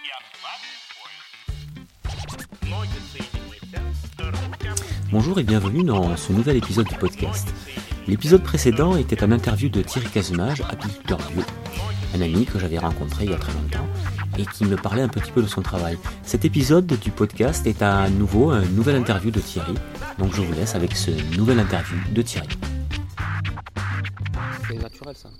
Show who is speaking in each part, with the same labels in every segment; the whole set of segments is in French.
Speaker 1: Bonjour et bienvenue dans ce nouvel épisode du podcast. L'épisode précédent était un interview de Thierry Cazemage, apiculteur bio, un ami que j'avais rencontré il y a très longtemps et qui me parlait un petit peu de son travail. Cet épisode du podcast est à nouveau un nouvel interview de Thierry, donc je vous laisse avec ce nouvel interview de Thierry. C'est naturel ça.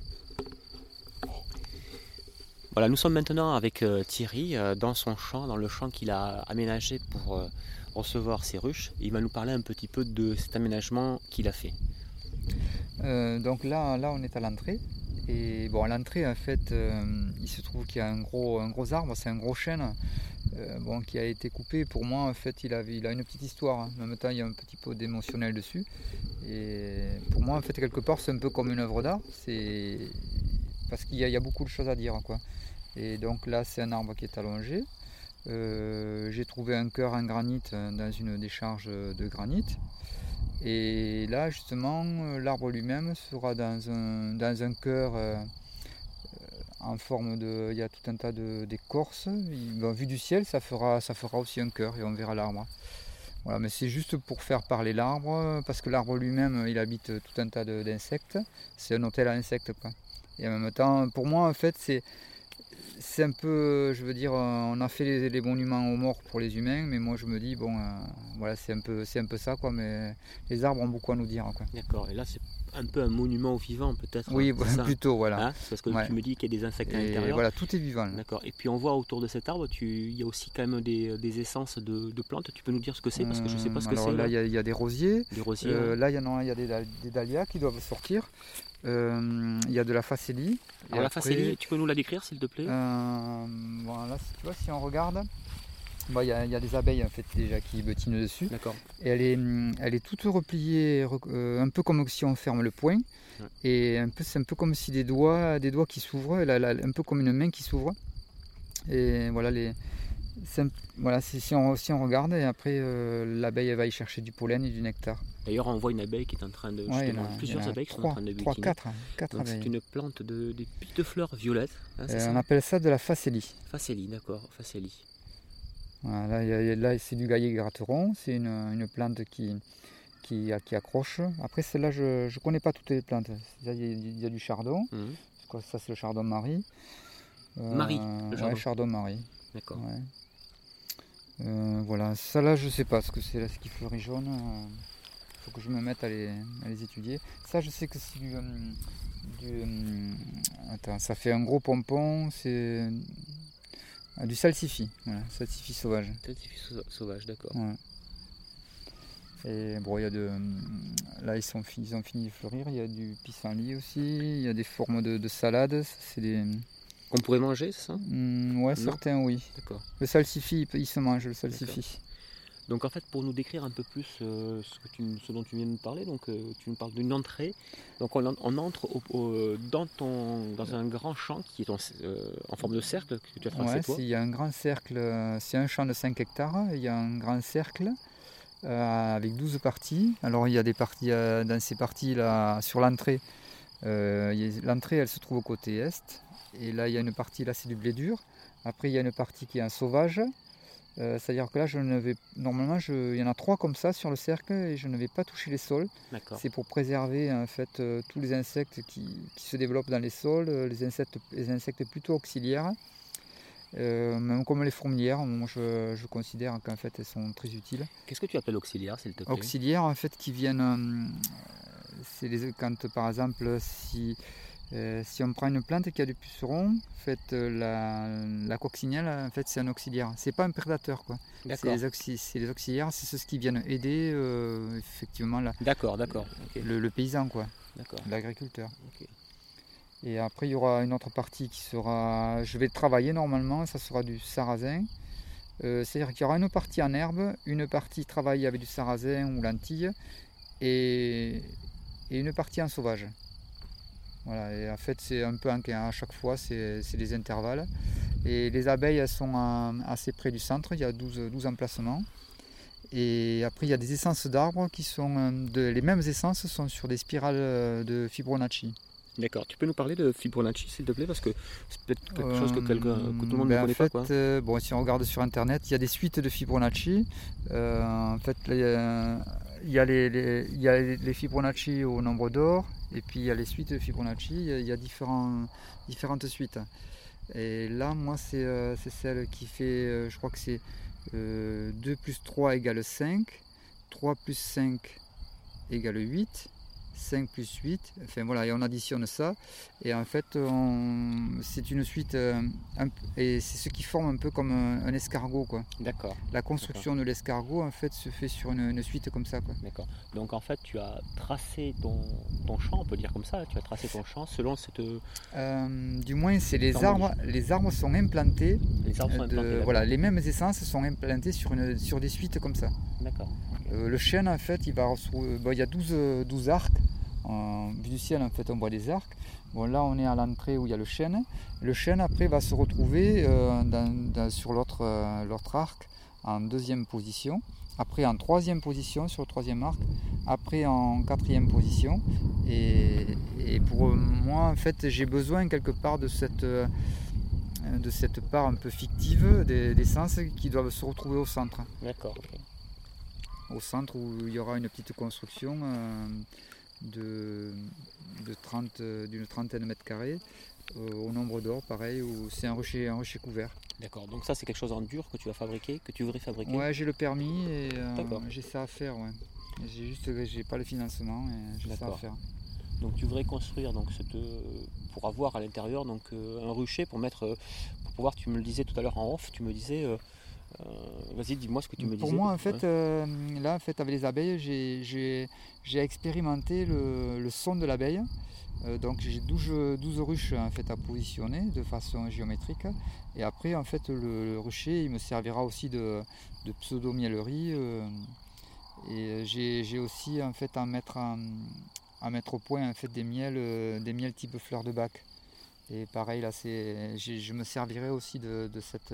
Speaker 1: Voilà, nous sommes maintenant avec Thierry dans son champ, dans le champ qu'il a aménagé pour recevoir ses ruches. Il va nous parler un petit peu de cet aménagement qu'il a fait.
Speaker 2: Donc là, on est à l'entrée. Et bon, à l'entrée, en fait, il se trouve qu'il y a un gros arbre, c'est un gros chêne qui a été coupé. Pour moi, en fait, il a une petite histoire. En même temps, il y a un petit peu d'émotionnel dessus. Et pour moi, en fait, quelque part, c'est un peu comme une œuvre d'art. Parce qu'il y a beaucoup de choses à dire, quoi. Et donc là, c'est un arbre qui est allongé. J'ai trouvé un cœur en granit dans une décharge de granit. Et là, justement, l'arbre lui-même sera dans un cœur en forme de... Il y a tout un tas d'écorces. Vu du ciel, ça fera aussi un cœur et on verra l'arbre. Voilà, mais c'est juste pour faire parler l'arbre, parce que l'arbre lui-même, il habite tout un tas d'insectes. C'est un hôtel à insectes, quoi. Et en même temps, pour moi, en fait, c'est un peu, je veux dire, on a fait les monuments aux morts pour les humains, mais moi je me dis, voilà, c'est un peu ça, quoi, mais les arbres ont beaucoup à nous dire, quoi.
Speaker 1: D'accord, et là c'est un peu un monument au vivant peut-être.
Speaker 2: Oui, plutôt, voilà.
Speaker 1: Hein, parce que tu me dis qu'il y a des insectes à l'intérieur.
Speaker 2: Voilà, tout est vivant. Là.
Speaker 1: D'accord, et puis on voit autour de cet arbre, il y a aussi quand même des essences de plantes. Tu peux nous dire ce que c'est, parce que je ne sais pas ce que c'est.
Speaker 2: Là, il y a des rosiers.
Speaker 1: Des rosiers.
Speaker 2: Là, il y a des dahlias qui doivent sortir. Il y a de la facélie.
Speaker 1: Alors la facélie, tu peux nous la décrire s'il te plaît?
Speaker 2: Voilà, si on regarde, il y a des abeilles en fait déjà qui butinent dessus.
Speaker 1: D'accord.
Speaker 2: Et elle est toute repliée, un peu comme si on ferme le poing. Ouais. Et c'est un peu comme si des doigts qui s'ouvrent, un peu comme une main qui s'ouvre. Et voilà, si on regarde, et après l'abeille va y chercher du pollen et du nectar.
Speaker 1: D'ailleurs, on voit une abeille qui est en train de... plusieurs abeilles qui sont en train de butiner.
Speaker 2: 4
Speaker 1: Donc
Speaker 2: abeilles.
Speaker 1: c'est une plante des petites fleurs violettes. Hein, c'est ça
Speaker 2: on appelle ça de la facélie.
Speaker 1: Facélie, d'accord, facélie.
Speaker 2: Voilà, là, c'est du gaillet gratteron. C'est une plante qui accroche. Après, celle-là, je ne connais pas toutes les plantes. Il y a du chardon. Ça, c'est le chardon Marie.
Speaker 1: Marie, le chardon.
Speaker 2: Ouais, chardon Marie.
Speaker 1: D'accord.
Speaker 2: Ouais. Voilà, ça là je sais pas ce que c'est là, ce qui fleurit jaune. Faut que je me mette à les étudier. Ça je sais que c'est attends, ça fait un gros pompon, c'est du salsifis, voilà, salsifis sauvage.
Speaker 1: Salsifis sauvage, d'accord.
Speaker 2: Ouais. Et bon, il y a là ils ont fini de fleurir. Il y a du pissenlit aussi. Il y a des formes de salade. C'est des
Speaker 1: qu'on pourrait manger, c'est ça?
Speaker 2: Ouais,
Speaker 1: non?
Speaker 2: certains, oui.
Speaker 1: D'accord.
Speaker 2: Le salsifis, il se mange, le salsifis. D'accord.
Speaker 1: Donc en fait, pour nous décrire un peu plus ce dont tu viens de nous parler, donc tu nous parles d'une entrée. Donc on entre dans un grand champ qui est en forme de cercle que tu as tracé toi.
Speaker 2: Il y a un grand cercle, c'est un champ de 5 hectares, il y a un grand cercle avec 12 parties. Alors il y a des parties, dans ces parties là, sur l'entrée, l'entrée elle se trouve au côté est. Et là, il y a une partie, là, c'est du blé dur. Après, il y a une partie qui est en sauvage. C'est-à-dire que là, normalement, il y en a 3 comme ça sur le cercle et je ne vais pas toucher les sols.
Speaker 1: D'accord.
Speaker 2: C'est pour préserver, en fait, tous les insectes qui se développent dans les sols, les insectes plutôt auxiliaires. Même comme les fourmilières, moi, je considère qu'en fait, elles sont très utiles.
Speaker 1: Qu'est-ce que tu appelles auxiliaires, s'il te plaît?
Speaker 2: Auxiliaires, en fait, qui viennent... quand, par exemple, si on prend une plante qui a du puceron, en fait, la coccinelle, en fait, c'est un auxiliaire. C'est pas un prédateur, quoi. C'est les auxiliaires, c'est ceux qui viennent aider effectivement le paysan, quoi. L'agriculteur. Okay. Et après, il y aura une autre partie qui sera... Je vais travailler normalement, ça sera du sarrasin. C'est-à-dire qu'il y aura une partie en herbe, une partie travaillée avec du sarrasin ou lentilles, et une partie en sauvage. Voilà, et en fait c'est un peu à chaque fois, c'est des intervalles. Et les abeilles elles sont assez près du centre, il y a 12 emplacements. Et après il y a des essences d'arbres qui sont, les mêmes essences sont sur des spirales de Fibonacci.
Speaker 1: D'accord. Tu peux nous parler de Fibonacci, s'il te plaît, parce que c'est peut-être quelque chose que tout le monde ne connaît pas, quoi.
Speaker 2: Bon, si on regarde sur Internet, il y a des suites de Fibonacci. En fait, il y a les Fibonacci au nombre d'or, et puis il y a les suites de Fibonacci. Il y a différentes suites. Et là, moi, c'est celle qui fait, je crois que c'est 2 plus 3 égale 5, 3 plus 5 égale 8, 5 plus 8, enfin voilà, et on additionne ça, et en fait c'est une suite, et c'est ce qui forme un peu comme un escargot, quoi.
Speaker 1: D'accord.
Speaker 2: La construction de l'escargot en fait se fait sur une suite comme ça, quoi.
Speaker 1: D'accord. Donc en fait tu as tracé ton champ, on peut dire comme ça, tu as tracé ton champ selon cette...
Speaker 2: Du moins c'est les arbres sont implantés,
Speaker 1: Les arbres sont implantés,
Speaker 2: voilà, les mêmes essences sont implantées sur des suites comme ça.
Speaker 1: D'accord.
Speaker 2: Le chêne en fait il y a 12 arcs. En vue du ciel en fait on voit des arcs. Bon, là on est à l'entrée où il y a le chêne. Le chêne après va se retrouver sur l'autre arc en deuxième position, après en troisième position sur le troisième arc, après en quatrième position, et pour moi en fait j'ai besoin quelque part de cette part un peu fictive d'essence qui doivent se retrouver au centre.
Speaker 1: D'accord. Okay.
Speaker 2: Au centre où il y aura une petite construction d'une trentaine de mètres carrés, au nombre d'or, pareil, où c'est un rocher couvert.
Speaker 1: D'accord, donc ça c'est quelque chose en dur que tu vas fabriquer, que tu voudrais fabriquer?
Speaker 2: Ouais, j'ai le permis et j'ai ça à faire, ouais. J'ai pas le financement et j'ai ça à faire.
Speaker 1: Donc tu voudrais construire donc pour avoir à l'intérieur donc un rucher pour pouvoir, tu me le disais tout à l'heure en off, tu me disais vas-y, dis-moi ce que tu me disais.
Speaker 2: Pour moi en fait, là en fait avec les abeilles j'ai expérimenté le son de l'abeille. Donc j'ai 12 ruches en fait à positionner de façon géométrique, et après en fait le rucher il me servira aussi de pseudo-mielerie, et j'ai aussi en fait à mettre au point en fait des miels type fleur de bac. Et pareil là je me servirai aussi de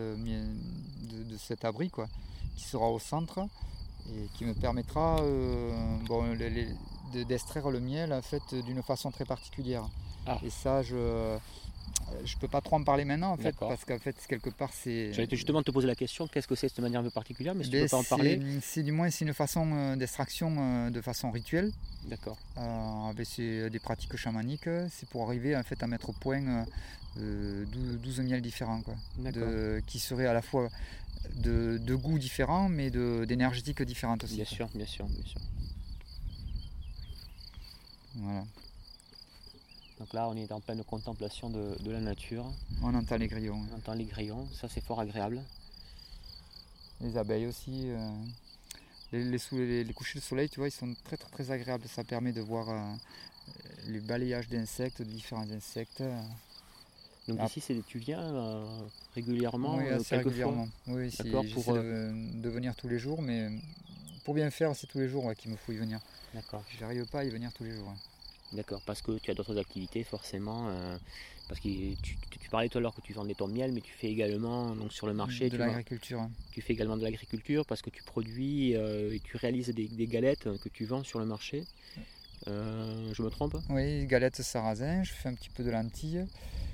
Speaker 2: cet abri, quoi, qui sera au centre et qui me permettra d'extraire le miel en fait d'une façon très particulière. Et ça je peux pas trop en parler maintenant en fait, parce qu'en fait quelque part c'est...
Speaker 1: J'allais justement te poser la question, qu'est-ce que c'est cette manière un peu particulière, mais si tu peux pas en parler...
Speaker 2: C'est une façon d'extraction de façon rituelle.
Speaker 1: D'accord.
Speaker 2: Avec des pratiques chamaniques, c'est pour arriver en fait à mettre au point 12 miels différents, quoi, qui seraient à la fois de goûts différents mais d'énergétiques différentes aussi.
Speaker 1: Bien sûr.
Speaker 2: Voilà.
Speaker 1: Donc là on est en pleine contemplation de la nature.
Speaker 2: On entend les grillons.
Speaker 1: On entend les grillons, ça c'est fort agréable.
Speaker 2: Les abeilles aussi. Les couchers de soleil, tu vois, ils sont très très très agréables. Ça permet de voir les balayages d'insectes, de différents insectes.
Speaker 1: Donc ici, tu viens régulièrement?
Speaker 2: Oui, assez régulièrement. Oui,
Speaker 1: j'essaie
Speaker 2: de venir tous les jours, mais pour bien faire, c'est tous les jours qu'il me faut y venir.
Speaker 1: D'accord.
Speaker 2: J'arrive pas à y venir tous les jours.
Speaker 1: D'accord, parce que tu as d'autres activités forcément. Parce que tu parlais tout à l'heure que tu vendais ton miel, mais tu fais également donc sur le marché
Speaker 2: de l'agriculture.
Speaker 1: Tu fais également de l'agriculture parce que tu produis et tu réalises des galettes que tu vends sur le marché. Je me trompe?
Speaker 2: Oui, galettes sarrasin, je fais un petit peu de lentilles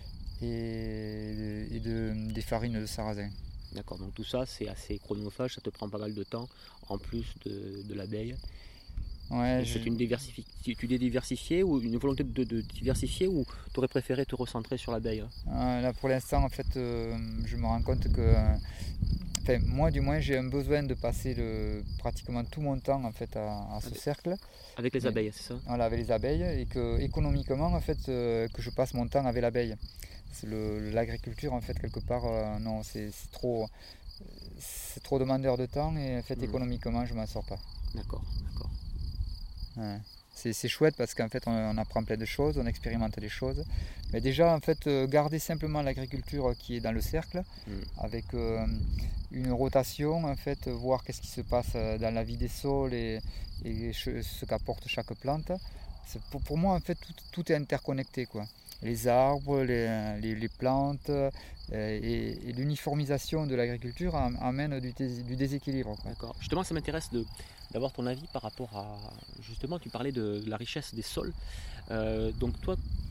Speaker 2: et des farines de sarrasin.
Speaker 1: D'accord, donc tout ça c'est assez chronophage, ça te prend pas mal de temps en plus de l'abeille.
Speaker 2: Ouais,
Speaker 1: tu t'es diversifié ou une volonté de diversifier, ou tu aurais préféré te recentrer sur l'abeille?
Speaker 2: Là pour l'instant en fait je me rends compte que moi du moins j'ai un besoin de passer pratiquement tout mon temps en fait à ce cercle.
Speaker 1: Avec les abeilles, c'est ça?
Speaker 2: Voilà, avec les abeilles, et que économiquement en fait que je passe mon temps avec l'abeille. L'agriculture en fait quelque part non, c'est trop demandeur de temps, et en fait économiquement je m'en sors pas.
Speaker 1: D'accord.
Speaker 2: Ouais. C'est chouette parce qu'en fait on apprend plein de choses, on expérimente des choses. Mais déjà en fait garder simplement l'agriculture qui est dans le cercle, avec une rotation en fait, voir qu'est-ce qui se passe dans la vie des sols et ce qu'apporte chaque plante. Pour moi en fait tout est interconnecté, quoi. Les arbres, les plantes et l'uniformisation de l'agriculture amène du déséquilibre, quoi.
Speaker 1: D'accord. Justement ça m'intéresse d'avoir ton avis par rapport à... Justement tu parlais de la richesse des sols. Donc toi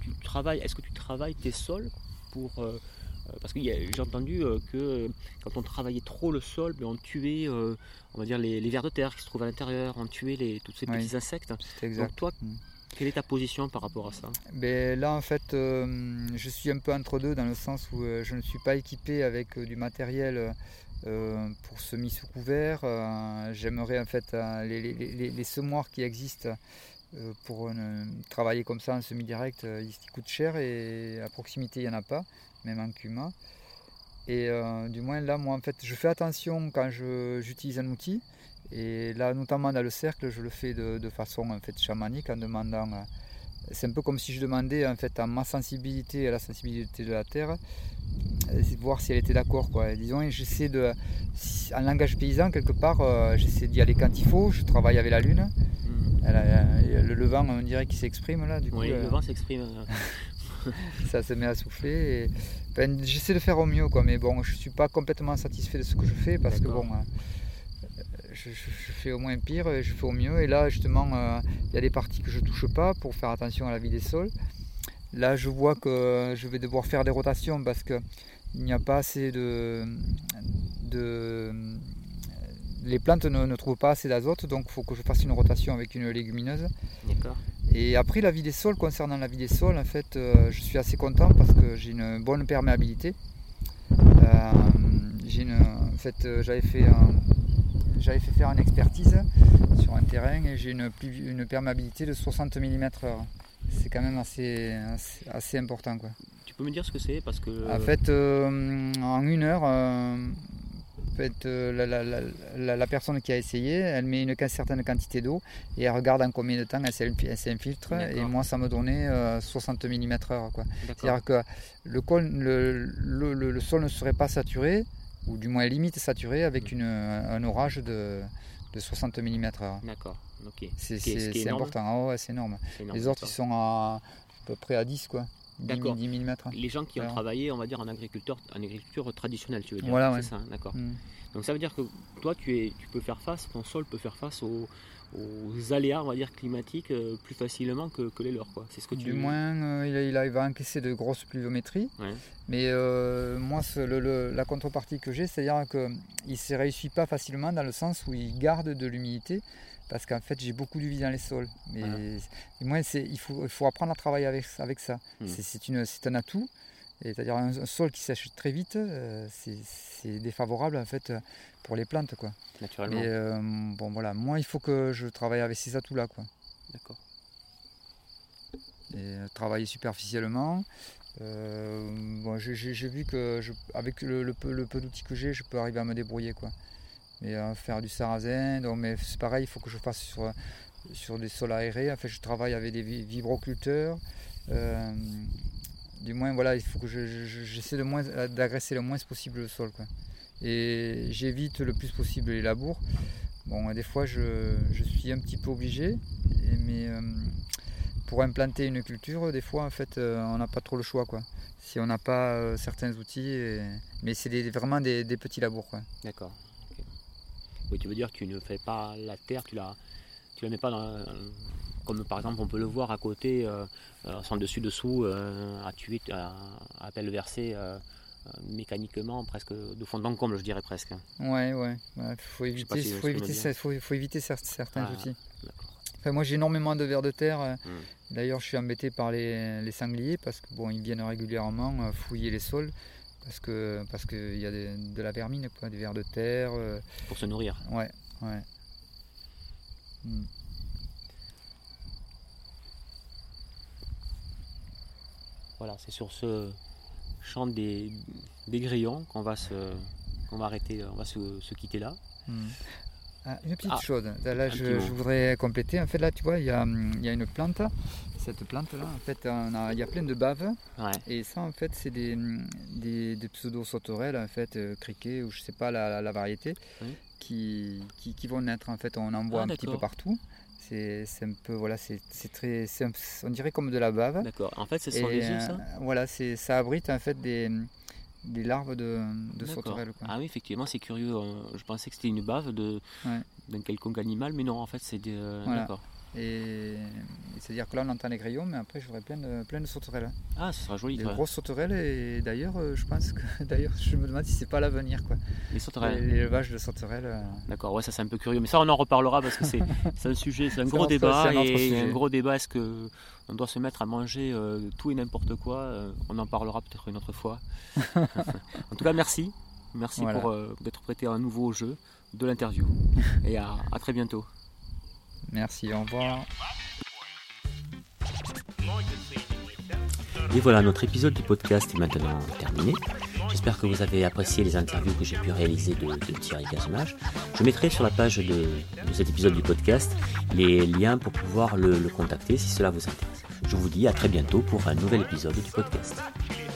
Speaker 1: est-ce que tu travailles tes sols pour parce que j'ai entendu que quand on travaillait trop le sol, on tuait on va dire les vers de terre qui se trouvent à l'intérieur, on tuait tous ces petits insectes.
Speaker 2: C'est exact.
Speaker 1: Donc toi, quelle est ta position par rapport à ça?
Speaker 2: Ben, là en fait je suis un peu entre deux dans le sens où je ne suis pas équipé avec du matériel pour semis sous couvert. J'aimerais en fait les semoirs qui existent pour travailler comme ça en semi-direct, ils coûtent cher et à proximité il n'y en a pas, même en CUMA. Et du moins là moi en fait je fais attention quand j'utilise un outil. Et là, notamment dans le cercle, je le fais de façon en fait chamanique en demandant. C'est un peu comme si je demandais en fait à ma sensibilité et à la sensibilité de la terre, voir si elle était d'accord, quoi. Et disons, j'essaie en langage paysan quelque part, j'essaie d'y aller quand il faut. Je travaille avec la lune. Le vent, on dirait qu'il s'exprime là. Du coup,
Speaker 1: oui, le vent s'exprime.
Speaker 2: Ça se met à souffler. J'essaie de faire au mieux, quoi. Mais bon, je suis pas complètement satisfait de ce que je fais parce que bon. Je fais au moins pire et je fais au mieux. Et là, justement, il y a des parties que je ne touche pas pour faire attention à la vie des sols. Là, je vois que je vais devoir faire des rotations parce qu'il n'y a pas assez les plantes ne trouvent pas assez d'azote, donc il faut que je fasse une rotation avec une légumineuse.
Speaker 1: D'accord.
Speaker 2: Et après, la vie des sols, concernant la vie des sols, en fait, je suis assez content parce que j'ai une bonne perméabilité. J'avais fait faire une expertise sur un terrain et j'ai une perméabilité de 60 mm/h. C'est quand même assez important, quoi.
Speaker 1: Tu peux me dire ce que c'est parce que...
Speaker 2: En fait, en 1 heure, la personne qui a essayé, elle met une certaine quantité d'eau et elle regarde en combien de temps elle s'infiltre. Et moi, ça me donnait 60 mm/h, quoi. C'est-à-dire que le sol ne serait pas saturé, ou du moins limite saturé avec un orage de 60 mm/h.
Speaker 1: D'accord, ok.
Speaker 2: C'est important. Oh, ouais, c'est énorme. Les autres, ils sont à peu près à 10, quoi.
Speaker 1: D'accord.
Speaker 2: 10 mm.
Speaker 1: Les gens qui ont travaillé, on va dire, en agriculture traditionnelle, tu veux dire.
Speaker 2: Voilà,
Speaker 1: c'est
Speaker 2: ouais.
Speaker 1: ça, d'accord. Donc ça veut dire que toi, tu peux faire face, ton sol peut faire face aux aléas, on va dire, climatiques plus facilement que les leurs, quoi. C'est ce que
Speaker 2: du moins, il va encaisser de grosses pluviométries.
Speaker 1: Ouais.
Speaker 2: Mais moi, la contrepartie que j'ai, c'est-à-dire qu'il ne se réussit pas facilement dans le sens où il garde de l'humidité. Parce qu'en fait, j'ai beaucoup d'huile dans les sols. Mais du moins, il faut apprendre à travailler avec ça. C'est un atout. C'est-à-dire un sol qui sèche très vite, c'est défavorable en fait pour les plantes, quoi.
Speaker 1: Naturellement.
Speaker 2: Mais bon voilà, moi il faut que je travaille avec ces atouts-là, quoi.
Speaker 1: D'accord.
Speaker 2: Et travailler superficiellement. Bon, j'ai vu que avec le peu d'outils que j'ai, je peux arriver à me débrouiller, quoi. Mais faire du sarrasin, donc, mais c'est pareil, il faut que je fasse sur des sols aérés. En fait, je travaille avec des vibroculteurs. Du moins, voilà, il faut que j'essaie d'agresser le moins possible le sol, quoi. Et j'évite le plus possible les labours. Bon, des fois, je suis un petit peu obligé, mais pour implanter une culture, des fois, en fait, on n'a pas trop le choix, quoi. Si on n'a pas certains outils, mais c'est vraiment des petits labours, quoi.
Speaker 1: D'accord. Okay. Oui, tu veux dire que tu ne fais pas la terre, tu la mets pas dans... Comme par exemple on peut le voir à côté, sans le dessus-dessous, à pelle versée mécaniquement, presque de fond en comble, je dirais presque.
Speaker 2: Ouais, faut éviter certains outils. Enfin, moi j'ai énormément de vers de terre. D'ailleurs, je suis embêté par les sangliers parce que bon, ils viennent régulièrement fouiller les sols parce que y a de la vermine, quoi, des vers de terre.
Speaker 1: Pour se nourrir.
Speaker 2: Ouais.
Speaker 1: Voilà, c'est sur ce champ des grillons qu'on va arrêter, on va se quitter là.
Speaker 2: Une petite chose, là je voudrais compléter. En fait, là tu vois, il y a une plante. Cette plante là, en fait, il y a plein de baves.
Speaker 1: Ouais.
Speaker 2: Et ça, en fait, c'est des pseudo-sauterelles, en fait, criquets, ou je sais pas la variété, qui vont naître. En fait, on en voit un petit peu partout. C'est un peu, voilà, on dirait comme de la bave.
Speaker 1: D'accord. En fait, ce sont des œufs, ça.
Speaker 2: Voilà, ça abrite en fait des larves de sauterelles, quoi.
Speaker 1: Ah oui, effectivement, c'est curieux. Je pensais que c'était une bave d'un quelconque animal, mais non, en fait, c'est des.
Speaker 2: Voilà.
Speaker 1: D'accord.
Speaker 2: C'est-à-dire que là on entend les grillons, mais après j'aurai plein de sauterelles.
Speaker 1: Ah, ça sera joli.
Speaker 2: Des grosses sauterelles, et d'ailleurs je pense que je me demande si c'est pas l'avenir, quoi.
Speaker 1: Les sauterelles.
Speaker 2: L'élevage de sauterelles.
Speaker 1: D'accord, ouais, ça c'est un peu curieux, mais ça on en reparlera parce que c'est un sujet, c'est un gros débat, un gros débat. Est-ce que on doit se mettre à manger tout et n'importe quoi? On en parlera peut-être une autre fois. En tout cas, merci voilà. Pour d'être prêté à un nouveau jeu de l'interview. Et à très bientôt.
Speaker 2: Merci, au revoir.
Speaker 1: Et voilà, notre épisode du podcast est maintenant terminé. J'espère que vous avez apprécié les interviews que j'ai pu réaliser de Thierry Cazemage. Je mettrai sur la page de cet épisode du podcast les liens pour pouvoir le contacter si cela vous intéresse. Je vous dis à très bientôt pour un nouvel épisode du podcast.